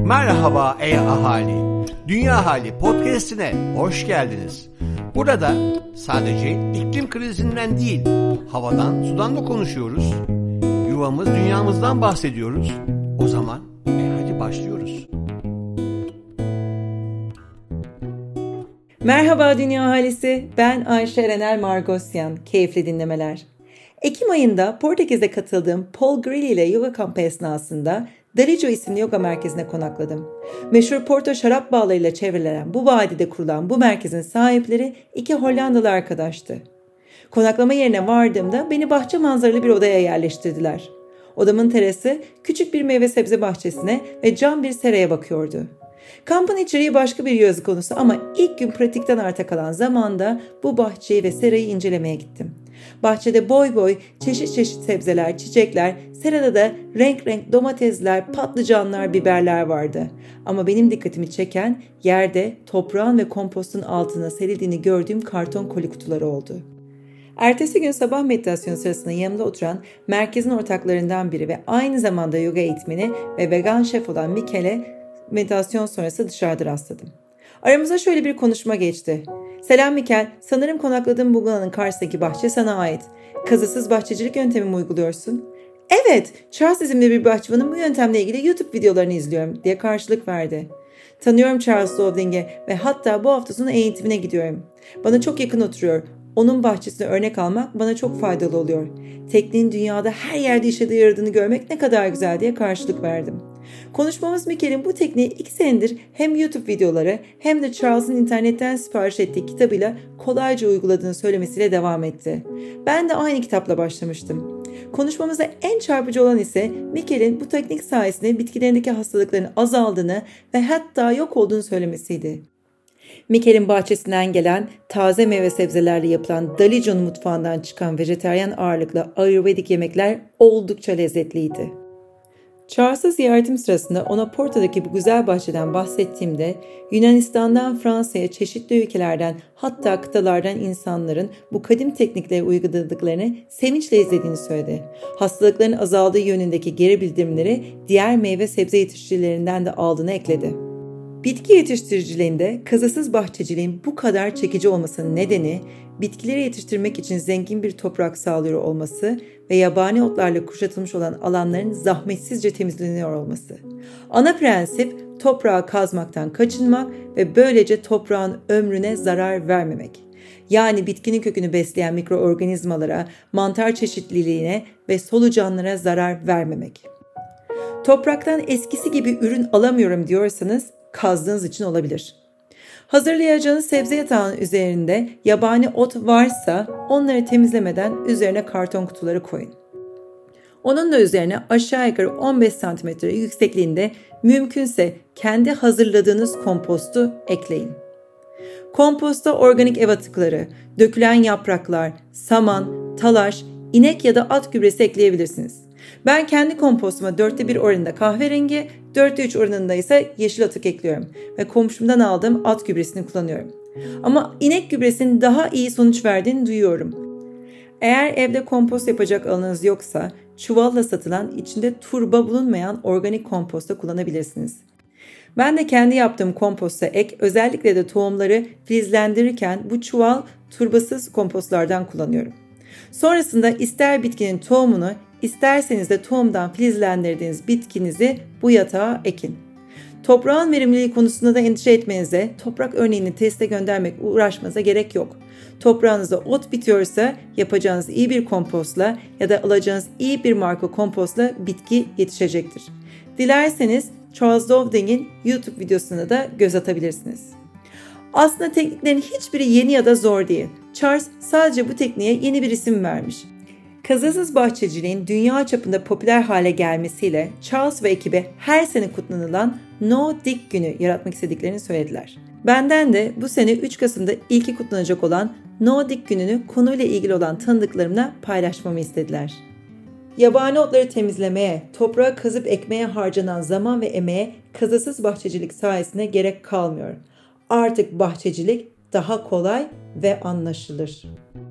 Merhaba ey ahali, Dünya Hali Podcast'ine hoş geldiniz. Burada sadece iklim krizinden değil, havadan, sudan da konuşuyoruz. Yuvamız, dünyamızdan bahsediyoruz. O zaman hadi başlıyoruz. Merhaba Dünya Ahalisi, ben Ayşe Erenel Margosyan, keyifli dinlemeler. Ekim ayında Portekiz'de katıldığım Paul Grilli ile yoga kampı esnasında Dalijo isimli yoga merkezine konakladım. Meşhur Porto şarap bağlarıyla çevrilenen bu vadide kurulan bu merkezin sahipleri iki Hollandalı arkadaştı. Konaklama yerine vardığımda beni bahçe manzaralı bir odaya yerleştirdiler. Odamın terası küçük bir meyve sebze bahçesine ve cam bir seraya bakıyordu. Kampın içeriği başka bir yazı konusu ama ilk gün pratikten arta kalan zamanda bu bahçeyi ve serayı incelemeye gittim. Bahçede boy boy çeşit çeşit sebzeler, çiçekler, serada da renk renk domatesler, patlıcanlar, biberler vardı. Ama benim dikkatimi çeken yerde toprağın ve kompostun altına serildiğini gördüğüm karton koli kutuları oldu. Ertesi gün sabah meditasyonu sırasında yanımda oturan merkezin ortaklarından biri ve aynı zamanda yoga eğitmeni ve vegan şef olan Mikel'e meditasyon sonrası dışarıda rastladım. Aramızda şöyle bir konuşma geçti. "Selam Mikel, sanırım konakladığım bungalovun karşısındaki bahçe sana ait. Kazısız bahçecilik yöntemi mi uyguluyorsun?" "Evet, Charles isimli bir bahçıvanın bu yöntemle ilgili YouTube videolarını izliyorum," diye karşılık verdi. "Tanıyorum Charles Dowding'i ve hatta bu hafta sonu eğitimine gidiyorum. Bana çok yakın oturuyor. Onun bahçesine örnek almak bana çok faydalı oluyor. Tekniğin dünyada her yerde işe yaradığını görmek ne kadar güzel," diye karşılık verdim. Konuşmamız Mikel'in bu tekniği 2 senedir hem YouTube videoları hem de Charles'ın internetten sipariş ettiği kitabıyla kolayca uyguladığını söylemesiyle devam etti. Ben de aynı kitapla başlamıştım. Konuşmamızda en çarpıcı olan ise Mikel'in bu teknik sayesinde bitkilerindeki hastalıkların azaldığını ve hatta yok olduğunu söylemesiydi. Mikel'in bahçesinden gelen taze meyve sebzelerle yapılan Dalijo'nun mutfağından çıkan vejetaryen ağırlıklı Ayurvedik yemekler oldukça lezzetliydi. Charles'ı ziyaretim sırasında ona Porto'daki bu güzel bahçeden bahsettiğimde Yunanistan'dan Fransa'ya çeşitli ülkelerden hatta kıtalardan insanların bu kadim teknikleri uyguladıklarını sevinçle izlediğini söyledi. Hastalıkların azaldığı yönündeki geri bildirimleri diğer meyve sebze yetiştiricilerinden de aldığını ekledi. Bitki yetiştiriciliğinde kazasız bahçeciliğin bu kadar çekici olmasının nedeni bitkileri yetiştirmek için zengin bir toprak sağlıyor olması ve yabani otlarla kuşatılmış olan alanların zahmetsizce temizleniyor olması. Ana prensip toprağı kazmaktan kaçınmak ve böylece toprağın ömrüne zarar vermemek. Yani bitkinin kökünü besleyen mikroorganizmalara, mantar çeşitliliğine ve solucanlara zarar vermemek. Topraktan eskisi gibi ürün alamıyorum diyorsanız kazdığınız için olabilir. Hazırlayacağınız sebze yatağının üzerinde yabani ot varsa onları temizlemeden üzerine karton kutuları koyun. Onun da üzerine aşağı yukarı 15 cm yüksekliğinde mümkünse kendi hazırladığınız kompostu ekleyin. Komposta organik ev atıkları, dökülen yapraklar, saman, talaş, inek ya da at gübresi ekleyebilirsiniz. Ben kendi kompostuma 1/4 oranında kahverengi, 1/4 oranında ise yeşil atık ekliyorum ve komşumdan aldığım at gübresini kullanıyorum. Ama inek gübresinin daha iyi sonuç verdiğini duyuyorum. Eğer evde kompost yapacak alanınız yoksa çuvalla satılan içinde turba bulunmayan organik komposta kullanabilirsiniz. Ben de kendi yaptığım komposta ek, özellikle de tohumları filizlendirirken bu çuval turbasız kompostlardan kullanıyorum. Sonrasında ister bitkinin tohumunu, İsterseniz de tohumdan filizlendirdiğiniz bitkinizi bu yatağa ekin. Toprağın verimliliği konusunda da endişe etmenize, toprak örneğini teste göndermek uğraşmanıza gerek yok. Toprağınızda ot bitiyorsa yapacağınız iyi bir kompostla ya da alacağınız iyi bir marka kompostla bitki yetişecektir. Dilerseniz Charles Dowding'in YouTube videosuna da göz atabilirsiniz. Aslında tekniklerin hiçbiri yeni ya da zor değil. Charles sadece bu tekniğe yeni bir isim vermiş. Kazasız bahçeciliğin dünya çapında popüler hale gelmesiyle Charles ve ekibi her sene kutlanılan No Dig günü yaratmak istediklerini söylediler. Benden de bu sene 3 Kasım'da ilki kutlanacak olan No Dig gününü konuyla ilgili olan tanıdıklarımla paylaşmamı istediler. Yabani otları temizlemeye, toprağı kazıp ekmeye harcanan zaman ve emeğe kazasız bahçecilik sayesinde gerek kalmıyor. Artık bahçecilik daha kolay ve anlaşılır.